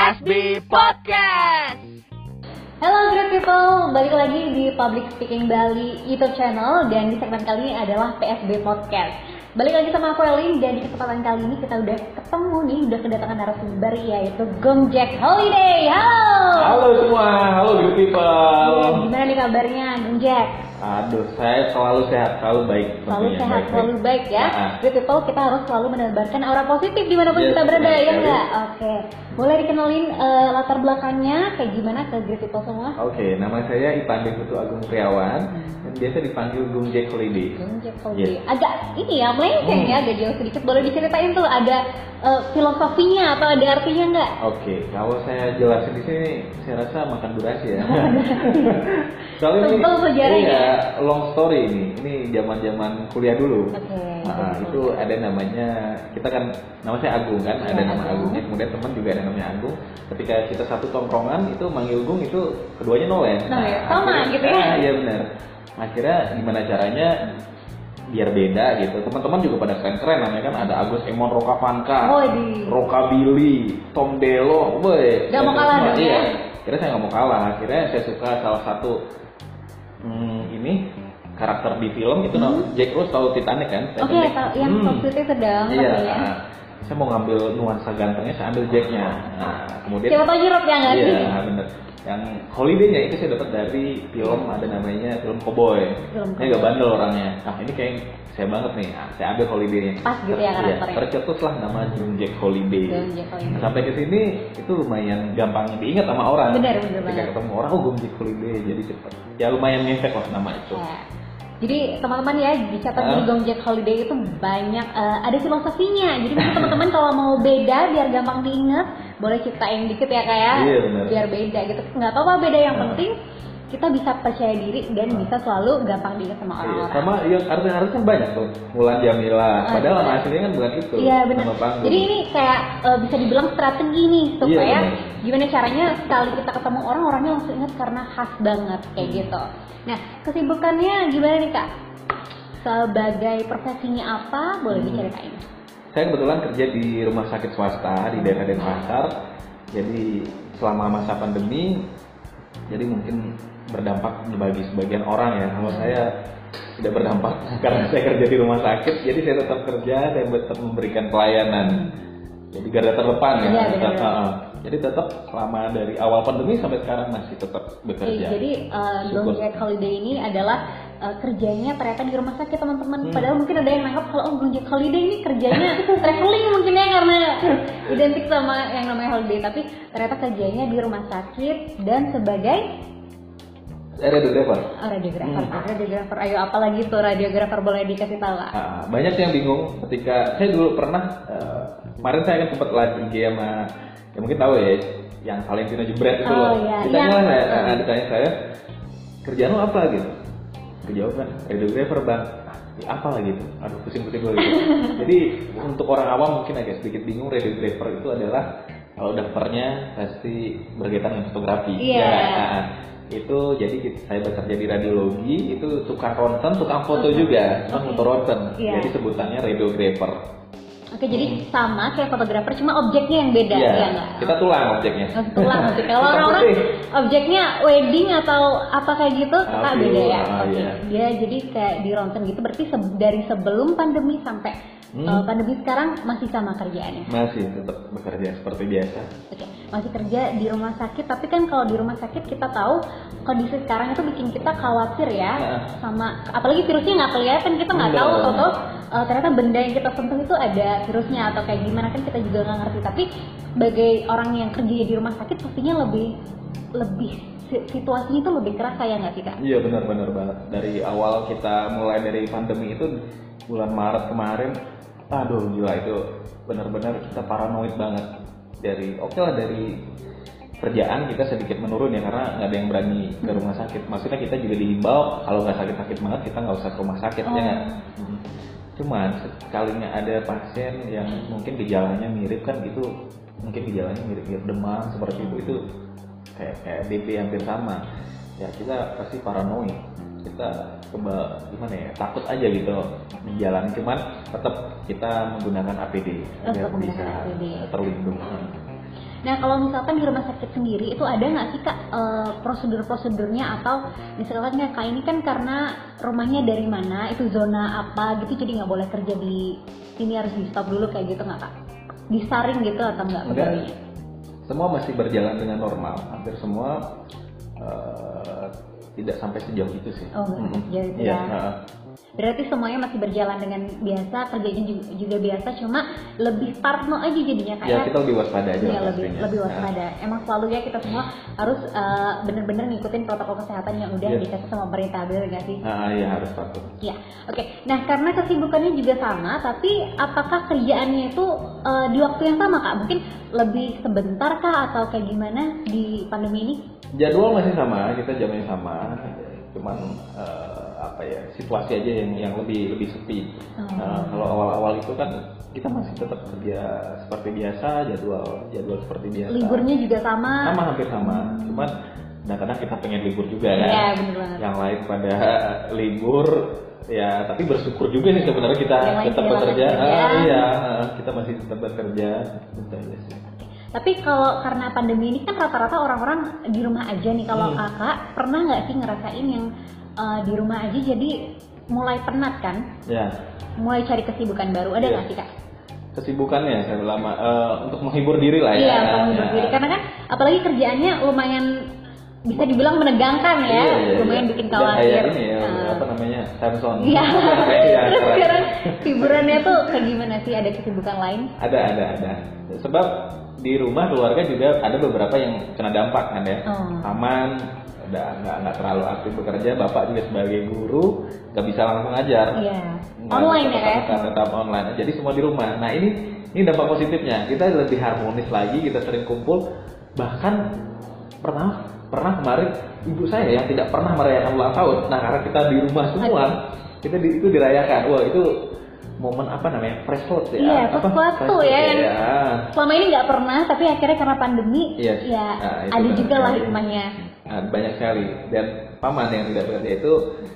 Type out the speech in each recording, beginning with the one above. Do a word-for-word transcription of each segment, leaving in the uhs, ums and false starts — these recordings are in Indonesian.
S B Podcast. Halo great people, balik lagi di Public Speaking Bali YouTube channel. Dan di segmen kali ini adalah P S B Podcast. Balik lagi sama aku Elin, dan di kesempatan kali ini kita udah ketemu nih, udah kedatangan narasumber yaitu Gomjack Holiday. Halo. Halo semua, halo great people. Ya, gimana nih kabarnya Gomjack? Aduh, saya selalu sehat, selalu baik. Selalu tentunya. sehat, baik, selalu baik ya. Nah, Great people, kita harus selalu menebarkan aura positif dimanapun yes, kita berada, ya sekali. enggak? Oke, boleh dikenalin uh, latar belakangnya kayak gimana ke great people semua? Oke, nama saya Ipandi Putu Agung Priawan, Hmm. dan biasa dipanggil Gomjack Holiday. Gomjack Holiday. Yes. Agak ini ya, melenceng Hmm. ya, agak jauh sedikit. Boleh diceritain tuh ada uh, filosofinya atau ada artinya nggak? Oke, kalau saya jelasin di sini, saya rasa makan durasi ya. Soalnya ini, Tebal sejarahnya. iya, long story ini. Ini zaman-zaman kuliah dulu. Oke. Nah, itu ada namanya, kita kan, nama saya Agung kan, Ya, ada nama Agung. Agungnya, kemudian teman juga ada namanya Agung. Ketika kita satu tongkrongan, itu manggil Gung itu keduanya nol ya. Nol ya, sama gitu ya. Ah, iya benar. Akhirnya gimana caranya biar beda gitu. Teman-teman juga pada keren-keren namanya kan, ada Agus Emon Rokavanka, Oh, di- Rockabilly, Tom Delo, boy. Nggak mau kalah dong ya? Iya. Akhirnya saya nggak mau kalah. Akhirnya saya suka salah satu hmm, ini karakter di film itu, Hmm. Jack Rose tahu Titanic kan? Oke, Titanic. tahu yang Hmm. waktu itu sedang Iya. tapi ya. nah, saya mau ngambil nuansa gantengnya, saya ambil Jacknya. Nah, kemudian Siapa tahu nyerot ya nggak sih? iya, bener. Yang holiday-nya itu saya dapat dari film, ada namanya film Cowboy. Film Saya nggak bandel orangnya. Nah, ini kayak saya banget nih. Nah, saya ambil holiday-nya. Pas gitu ya karakternya. Tercetuslah nama Gomjack Holiday. Gomjack Holiday. Nah, sampai ke sini itu lumayan gampang diingat sama orang. Benar, benar Ketika banget. ketemu orang, oh Gomjack Holiday, jadi cepet. Ya lumayan ngefek lah nama itu. Ya. Jadi teman-teman ya, dicatat Hah? di Gomjack Holiday itu banyak eh, ada filosofinya. Jadi mungkin teman-teman kalau mau beda biar gampang diingat, boleh ciptain dikit ya kayak Iya, benar. biar beda gitu. Nggak apa-apa beda, yang Hah? penting kita bisa percaya diri dan bisa selalu gampang diingat sama Iya, orang-orang. sama yang artinya-artinya banyak tuh. Mulan Jamila. Ah, Padahal iya. nama aslinya kan bukan itu. Iya benar. Nama panggung. Jadi ini kayak eh, bisa dibilang strategi nih supaya Iya, benar. gimana caranya sekali kita ketemu orang, orangnya langsung ingat karena khas banget kayak Hmm. gitu. Nah, kesibukannya gimana nih Kak? Sebagai profesinya apa? Boleh Hmm. diceritain? Saya kebetulan kerja di rumah sakit swasta di daerah Denpasar. Jadi selama masa pandemi, jadi mungkin berdampak bagi sebagian orang ya. Kalau saya tidak berdampak karena saya kerja di rumah sakit, jadi saya tetap kerja, saya tetap memberikan pelayanan. Jadi garda terdepan ya. Iya, tetap, benar-benar. uh, jadi tetap selama dari awal pandemi sampai sekarang masih tetap bekerja. Jadi uh, Syukur. Gomjack Holiday ini adalah uh, kerjanya ternyata di rumah sakit teman-teman. Hmm. Padahal mungkin ada yang nangkep kalau oh, Gomjack Holiday ini kerjanya traveling mungkin ya karena identik sama yang namanya holiday. Tapi ternyata kerjanya di rumah sakit dan sebagai Saya radiografer. oh, radiografer. Hmm. Radiografer. Ayo apalagi tuh radiografer, boleh dikasih tahu Kak? Ah, banyak yang bingung ketika saya dulu pernah uh, kemarin saya kan sempat live I G sama ya mungkin tahu ya yang Valentino Jebret itu Oh, loh. iya, Ditanya iya. saya, uh, ditanya saya kerjaan lo apa gitu. Kejawab kan radiografer bang. Ah, ya apa lah gitu. Aduh pusing-pusing gue gitu. Jadi untuk orang awam mungkin agak sedikit bingung, radiografer itu adalah kalau daftarnya pasti berkaitan dengan fotografi. Iya. Ya, ah, itu jadi kita- saya bekerja di radiologi, itu tukang ronsen, tukang foto juga, Oke. foto ronsen. Iya. Jadi sebutannya radiografer. Oke, jadi sama kayak fotografer, cuma objeknya yang beda, Iya, ya nggak? kita tulang objeknya. Oh, tulang objek. Kalau Hitam orang-orang putih. objeknya wedding atau apa kayak gitu, Ah, Kak, view, beda ya. ah, Oke. iya. Dia jadi kayak di ronsen gitu, berarti se- dari sebelum pandemi sampai Hmm. uh, pandemi sekarang masih sama kerjaannya. Masih tetap bekerja seperti biasa. Oke, masih kerja di rumah sakit, tapi kan kalau di rumah sakit kita tahu kondisi sekarang itu bikin kita khawatir ya, Nah. sama apalagi virusnya nggak kelihatan, kita nggak tahu Bener. atau uh, ternyata benda yang kita sentuh itu ada virusnya atau kayak gimana, kan kita juga nggak ngerti. Tapi sebagai orang yang kerja di rumah sakit pastinya lebih lebih si- situasinya itu lebih kerasa ya nggak sih Kak? Iya benar-benar banget. Dari awal kita mulai dari pandemi itu bulan Maret kemarin, aduh gila itu benar-benar kita paranoid banget. Dari oke lah dari kerjaan kita sedikit menurun ya karena nggak ada yang berani ke rumah sakit. Maksudnya kita juga dihimbau kalau nggak sakit-sakit banget kita nggak usah ke rumah sakit Oh. ya nggak? Mhm. Cuman sekalinya ada pasien yang mungkin gejalanya mirip kan gitu, mungkin gejalanya mirip-mirip demam seperti itu itu kayak kayak D B hampir sama. Ya kita pasti paranoid. Kita coba gimana ya, takut aja gitu di jalan, cuman tetap kita menggunakan A P D Tetap biar menggunakan bisa A P D. terlindung. Nah kalau misalkan di rumah sakit sendiri itu ada nggak sih kak uh, prosedur-prosedurnya atau misalkan kak ini kan karena rumahnya dari mana, itu zona apa gitu, jadi nggak boleh kerja di sini, harus di stop dulu kayak gitu nggak kak? Disaring gitu atau nggak? Enggak. Semua masih berjalan dengan normal, hampir semua uh, tidak sampai sejauh itu sih. Oh, mm-hmm. Sejauh itu ya. ya. Berarti semuanya masih berjalan dengan biasa, kerjanya juga, juga biasa, cuma lebih parno aja jadinya kayak. Ya kita lebih waspada aja. Ya, lebih lebih waspada. Nah. Emang selalu ya kita semua harus uh, benar-benar ngikutin protokol kesehatan yang udah yes. dikasih sama pemerintah, benar nggak sih? Ah iya harus patuh. Ya, oke. Okay. Nah karena kesibukannya juga sama, tapi apakah kerjaannya itu uh, di waktu yang sama kak? Mungkin lebih sebentar kah atau kayak gimana di pandemi ini? Jadwal masih sama, kita jamnya sama, cuman uh, apa ya situasi aja yang yang lebih lebih sepi. Hmm. Uh, kalau awal-awal itu kan kita masih tetap kerja seperti biasa, jadwal jadwal seperti biasa. Liburnya juga sama. Sama hampir sama, cuman kadang-kadang kita pengen libur juga kan. Iya benar banget. Yang lain pada libur, ya tapi bersyukur juga nih sebenarnya kita tetap bekerja. Ah, iya, kita masih tetap bekerja. Gitu aja sih. Tapi kalau karena pandemi ini kan rata-rata orang-orang di rumah aja nih. Kalau hmm. kakak pernah nggak sih ngerasain yang uh, di rumah aja jadi mulai penat kan? Ya. Mulai cari kesibukan baru, ada nggak ya. sih kak? Kesibukannya selama uh, untuk menghibur diri lah ya. Iya, untuk menghibur ya. diri. Karena kan apalagi kerjaannya lumayan bisa dibilang menegangkan ya, iya, iya, lumayan iya. bikin khawatir. Kayak ini ya, uh, apa namanya, time zone. Iya. Terus sekarang hiburannya tuh kayak gimana sih? Ada kesibukan lain? Ada, ada, ada. Sebab di rumah keluarga juga ada beberapa yang kena dampak kan ya, oh. aman, udah nggak nggak terlalu aktif bekerja, bapak juga sebagai guru nggak bisa langsung ngajar, yeah. online ya kan? Tetap online, jadi semua di rumah. Nah ini ini dampak positifnya, kita lebih harmonis lagi, kita sering kumpul, bahkan pernah pernah kemarin ibu saya yang tidak pernah merayakan ulang tahun, nah karena kita di rumah semua, kita di, itu dirayakan, wah itu momen apa namanya fresh food ya, iya, sesuatu ya yang ya. selama ini nggak pernah, tapi akhirnya karena pandemi yes. ya nah, ada juga lah hikmahnya. Nah, banyak sekali, dan paman yang tidak bekerja itu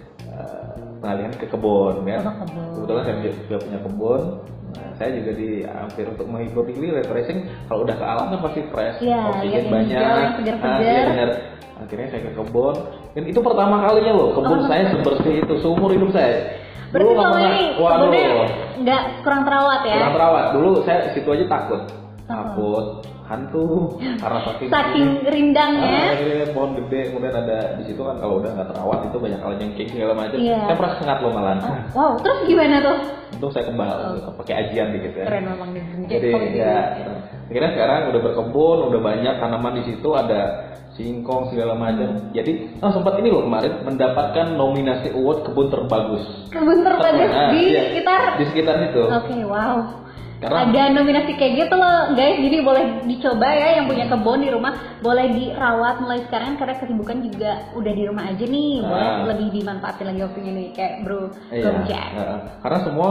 uh, pengalihan ke kebun ya. Oh, kebun. Kebetulan saya juga punya kebun, nah, saya juga di hampir untuk menghibur diri refreshing, kalau udah ke alam kan pasti fresh, ya, oksigen ya, banyak, nah, ya, akhirnya saya ke kebun, dan itu pertama kalinya loh kebun oh, saya sebersih itu seumur hidup saya. Berarti selama ini kebunnya nggak kurang terawat ya? Kurang terawat. Dulu saya situ aja takut, takut hantu karena saking saking rindangnya. Ah, pohon gede, kemudian ada di situ kan kalau udah nggak terawat itu banyak hal jengking segala macam. Yeah. Saya pernah sengat loh malah. Oh, wow, terus gimana tuh? Untung saya kembali oh. pakai ajian dikit ya. Keren memang nih. Jadi ya, akhirnya sekarang udah berkebun, udah banyak tanaman di situ, ada singkong segala macam. Jadi, oh sempat ini loh kemarin mendapatkan nominasi award kebun terbagus. Kebun terbagus nah, di iya, sekitar di sekitar situ. Oke, okay, wow. Karena ada nominasi kayak gitu loh, guys. Jadi boleh dicoba ya yang punya kebun di rumah, boleh dirawat mulai sekarang karena kesibukan juga udah di rumah aja nih. Boleh nah. lebih dimanfaatin lagi waktunya nih kayak Bro Gomja. Nah, karena semua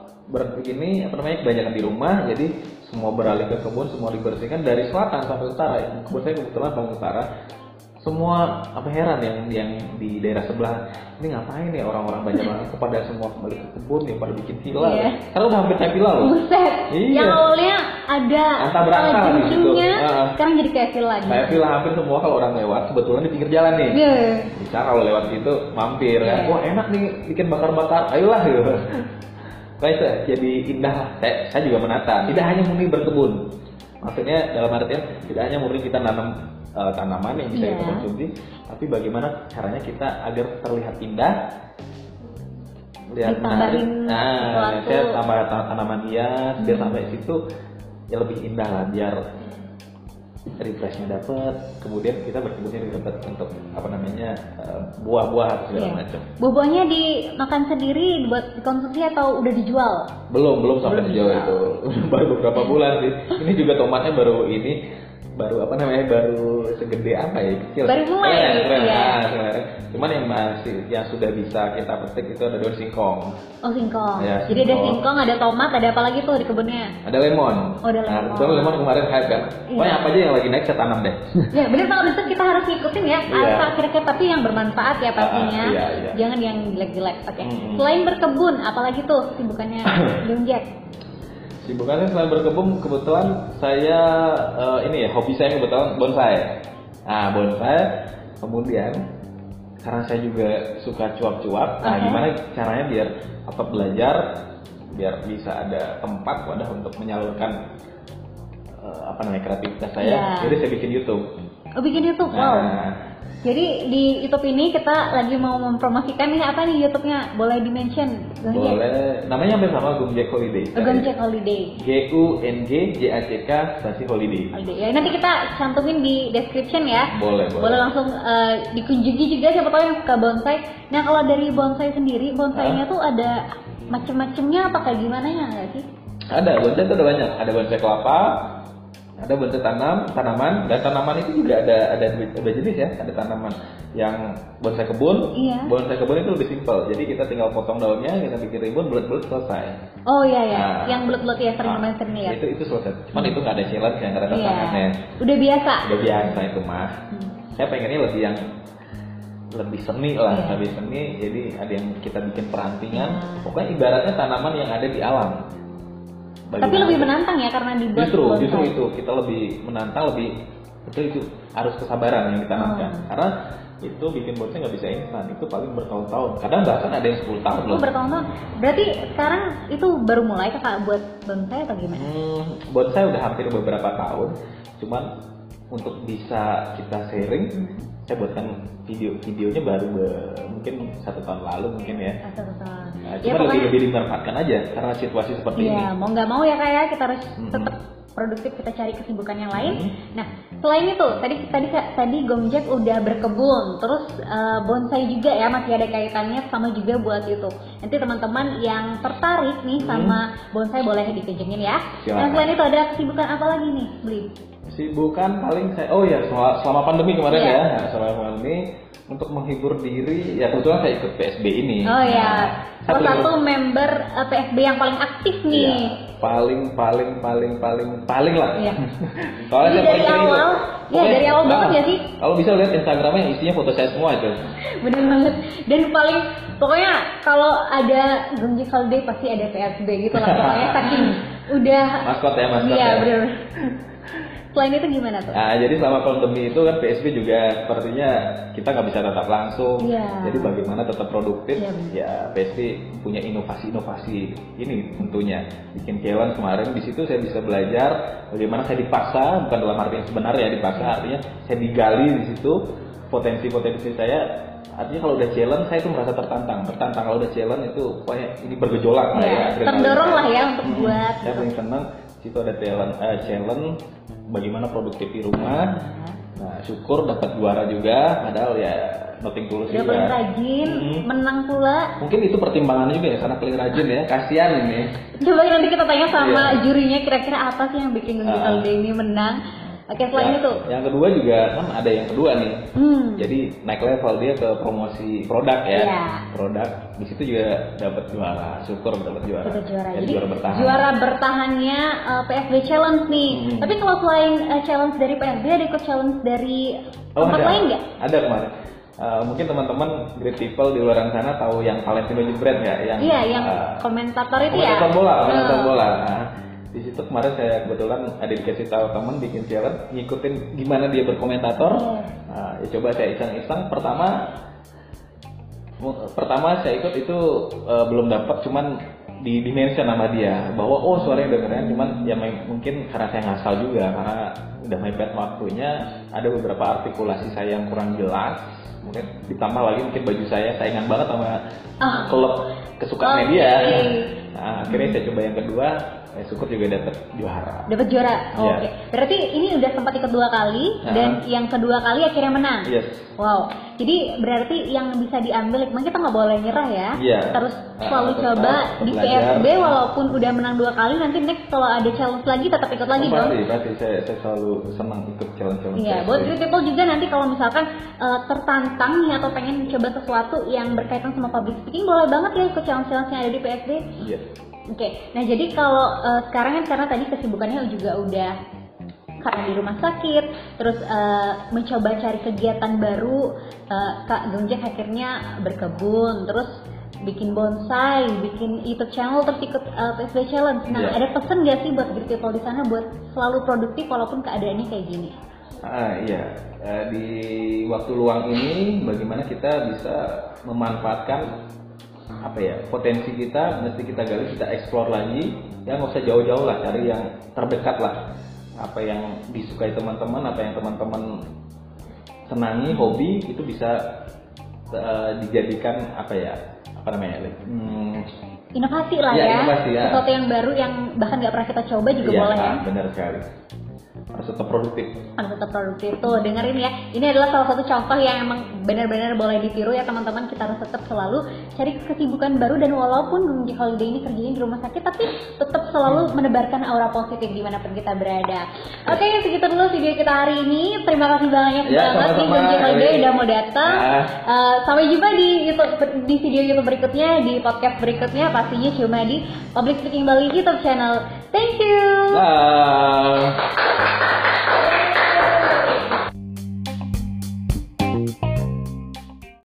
begini apa namanya kebanyakan di rumah, jadi semua beralih ke kebun, semua dibersihkan dari selatan sampai utara. Kebun saya kebetulan paling utara. Semua apa heran yang yang di daerah sebelah ini ngapain ya orang-orang banyak banget kepada semua kembali ke kebun ya pada bikin villa. Iya. Karena udah hampir kayak villa loh. Buset. Iya. Yang awalnya ada berangkat jencingnya, uh, sekarang jadi kayak villa. Kayak villa hampir semua kalau orang lewat kebetulan di pinggir jalan nih. Iya. Yeah. Bisa kalau lewat situ mampir yeah. kan. Wah enak nih bikin bakar-bakar. Ayolah gitu. Kayak jadi indah. Saya, saya juga menata. Tidak hanya murni berkebun. Maksudnya dalam artian tidak hanya murni kita nanam Uh, tanaman yang bisa yeah. kita konsumsi, tapi bagaimana caranya kita agar terlihat indah, lihat menarik. Nah, saya tambah tanaman hias, hmm. biar sampai situ ya lebih indah lah, biar refreshnya dapat. Kemudian kita berkebunnya dapat untuk apa namanya uh, buah-buah segala yeah. macam. Buah-buahnya dimakan sendiri, buat dikonsumsi atau udah dijual? Belum, belum sampai sejauh itu. Baru beberapa bulan sih. Ini juga tomatnya baru ini. baru apa namanya baru segede apa ya kecil baru mulai keren, keren. Ya. Nah, cuman yang masih yang sudah bisa kita petik itu ada daun singkong. Oh singkong ya, jadi singkong. Ada singkong, ada tomat, ada apa lagi tuh di kebunnya? Ada lemon. Oh ada lemon. Nah, soalnya lemon kemarin hype kan pokoknya ya. Apa aja yang lagi naik saya tanam deh. Ya bener banget, itu kita harus ngikutin ya apa kira-kira tapi yang bermanfaat ya pastinya. Uh, iya, iya. Jangan yang jelek-jelek. Oke okay. hmm. Selain berkebun apalagi tuh sibukannya Bung Jack? Sibukannya selain berkebun, kebetulan saya uh, ini ya, hobi saya kebetulan bonsai. Nah, bonsai, kemudian karena saya juga suka cuap-cuap, nah Okay. gimana caranya biar tetap belajar, biar bisa ada tempat wadah untuk menyalurkan uh, apa namanya kreativitas saya. Yeah. Jadi saya bikin YouTube. Oh, bikin YouTube, wow. Nah, Jadi di YouTube ini kita lagi mau mempromosikan nih apa nih YouTube-nya? Boleh di-mention? boleh. Namanya hampir sama, Gumjack Holiday. Oh, Gumjack Holiday. G U N G J A C K spasi Holiday. Holiday. Ya, nanti kita cantumin di description ya. Boleh, boleh. Boleh langsung uh, dikunjungi juga siapa tahu yang suka bonsai. Nah, kalau dari bonsai sendiri, bonsainya Hah? tuh ada macem-macemnya apa kayak gimana ya nggak sih? Ada, bonsai itu ada banyak. Ada bonsai kelapa, ada bonsai tanam, tanaman, dan tanaman itu juga ada ada dua jenis ya. Ada tanaman yang bonsai kebun. Iya. Bonsai kebun itu lebih simpel. Jadi kita tinggal potong daunnya, kita bikin ribbon, bulat-bulat selesai. Oh iya ya, Nah. yang belut-belut ya sering Nah, main sering ya. Itu itu selesai. Cuman itu nggak ada challenge ya, nggak ada Iya. tantangannya. Udah biasa. Udah biasa itu mah. Hmm. Saya pengennya lebih yang lebih seni lah, Iya. lebih seni. Jadi ada yang kita bikin perantingan. Iya. Pokoknya ibaratnya tanaman yang ada di alam. Tapi Bagaimana lebih itu? menantang ya karena dibuat Justru, bonsai. justru itu kita lebih menantang, lebih itu itu harus kesabaran yang ditanamkan. Oh. Karena itu bikin bonsai nggak bisa instan, itu paling bertahun-tahun. Kadang bahkan ada yang sepuluh tahun loh. Oh, bertahun-tahun. Berarti sekarang itu baru mulai kakak buat bonsai atau gimana? Hmm, bonsai udah hampir beberapa tahun. Cuman untuk bisa kita sharing, Hmm. saya buatkan video videonya baru be- mungkin satu tahun lalu mungkin ya. Atau tahun. Nah, Ya cuma lebih pokoknya. lebih dimanfaatkan aja karena situasi seperti Iya, ini. mau nggak mau ya kak ya kita harus Mm-mm. tetap produktif, kita cari kesibukan yang lain. Mm-mm. Nah, selain itu tadi tadi tadi Gomjack udah berkebun, terus eh, bonsai juga ya masih ada kaitannya sama juga buat YouTube. Nanti teman-teman yang tertarik nih sama bonsai boleh dikejengin ya. Nah, Silakan. selain itu ada kesibukan apa lagi nih, Bli? Sibukan paling saya oh ya selama, selama pandemi kemarin Iya. ya. Nah, selama pandemi untuk menghibur diri ya kebetulan saya ikut P S B ini. Oh ya, Nah, salah saya satu belum- member eh, P S B yang paling aktif Iya, nih. paling paling paling paling paling lah. Iya. Soalnya Jadi saya dari paling sering awal, ikut. ya Pokoknya, dari awal banget nah, ya sih. Kalau bisa lihat Instagramnya isinya foto saya semua itu. Bener banget. Dan paling pokoknya kalau ada Gomjack Holiday pasti ada P S B gitu lah pokoknya saking udah. Maskot ya, maskot Iya ya. bener. Selain itu gimana tuh? Nah, jadi selama pandemi itu kan P S B juga sepertinya kita nggak bisa tatap langsung. Iya. Jadi bagaimana tetap produktif? Iya, benar. Ya P S B punya inovasi-inovasi ini tentunya. Bikin challenge kemarin di situ saya bisa belajar bagaimana saya dipaksa, bukan dalam arti yang sebenarnya dipaksa, artinya saya digali di situ potensi-potensi saya. Artinya kalau udah challenge saya itu merasa tertantang, tertantang kalau udah challenge itu pokoknya ini bergejolak lah Iya, ya. adrenalin terdorong saya. lah ya untuk Hmm, buat Saya gitu. paling senang situ ada challenge, eh, challenge bagaimana produktif di rumah. Nah, syukur dapat juara juga, padahal ya nothing tulus Udah juga. paling rajin, Hmm. menang pula. Mungkin itu pertimbangannya juga ya, karena paling rajin ya, kasihan ini. Coba nanti kita tanya sama Iya. jurinya kira-kira apa sih yang bikin Gomjack Ah. Holiday ini menang. Oke, selain Yang- itu. Yang kedua juga kan ada yang kedua nih. Hmm. Jadi naik level dia ke promosi produk ya. Iya. Produk di situ juga dapat juara, syukur dapat juara. Dapat juara. Ya, Jadi juara bertahan. juara bertahannya uh, P S B Challenge nih. Hmm. Tapi kalau selain uh, challenge dari P S B ada ikut challenge dari Oh, tempat ada. lain nggak? Ada kemarin. Uh, mungkin teman-teman great people di luar sana tahu yang Valentino Jebret nggak? Yang Iya, yang uh, komentator itu ya. komentator bola, komentator Eh, bola. Nah, di situ kemarin saya kebetulan ada dikasih tahu teman bikin challenge, ngikutin gimana dia berkomentator. Iya. Nah, ya coba saya iseng-iseng. Pertama, mu- pertama saya ikut itu uh, belum dapat, cuman di dimension sama dia bahwa oh suaranya udah keren, cuman ya main- mungkin karena saya ngasal juga karena udah mepet waktunya, ada beberapa artikulasi saya yang kurang jelas. Mungkin ditambah lagi mungkin baju saya saingan banget sama Ah. klub kesukaannya Oke. dia. Nah, akhirnya saya coba yang kedua, eh, syukur juga dapat juara. Dapat juara. Oh, Iya. Oke. Berarti ini udah sempat ikut dua kali Nah. dan yang kedua kali akhirnya menang. Yes. Wow. Jadi berarti yang bisa diambil, memang kita nggak boleh nyerah ya. Iya. Terus Ah, selalu tetap, coba tetap di P S belajar. B walaupun udah menang dua kali, nanti next kalau ada challenge lagi tetap ikut lagi Oh, dong. pasti, pasti saya, saya selalu senang ikut challenge-challenge. Iya, kayak buat gitu. you people juga nanti kalau misalkan uh, tertantang nih atau pengen coba sesuatu yang berkaitan sama public speaking, boleh banget ya ikut challenge-challenge yang ada di P S B. Iya. Oke, nah jadi kalau uh, sekarang kan karena tadi kesibukannya juga udah karena di rumah sakit, terus uh, mencoba cari kegiatan baru, uh, Kak Gomjack akhirnya berkebun, terus bikin bonsai, bikin YouTube channel, terus ikut uh, P S B Challenge. Nah, yeah. ada pesan gak sih buat Great People di sana buat selalu produktif walaupun keadaannya kayak gini? Ah iya, uh, di waktu luang ini bagaimana kita bisa memanfaatkan apa ya potensi kita, mesti kita gali, kita explore lagi. Ya nggak usah jauh-jauh lah, cari yang terdekat lah. Apa yang disukai teman-teman, apa yang teman-teman senangi, hobi itu bisa uh, dijadikan apa ya? Apa namanya? Hmm, inovasi lah ya, ya, inovasi, ya. Sesuatu yang baru yang bahkan nggak pernah kita coba juga ya, boleh ya. Benar sekali. Harus tetap produktif. Harus tetap produktif. Tuh dengerin ya, ini adalah salah satu contoh yang emang benar-benar boleh ditiru ya teman-teman. Kita harus tetap selalu cari kesibukan baru, dan walaupun Gunung Holiday ini kerjanya di rumah sakit, tapi tetap selalu menebarkan aura positif dimanapun kita berada. Oke, segitu dulu video kita hari ini. Terima kasih banyak ya, banget nih Gunung Holiday udah mau datang. Ya. Uh, sampai jumpa di YouTube, di video YouTube berikutnya, di podcast berikutnya, pastinya cuma di Public Speaking Bali YouTube channel. Thank you. Bye.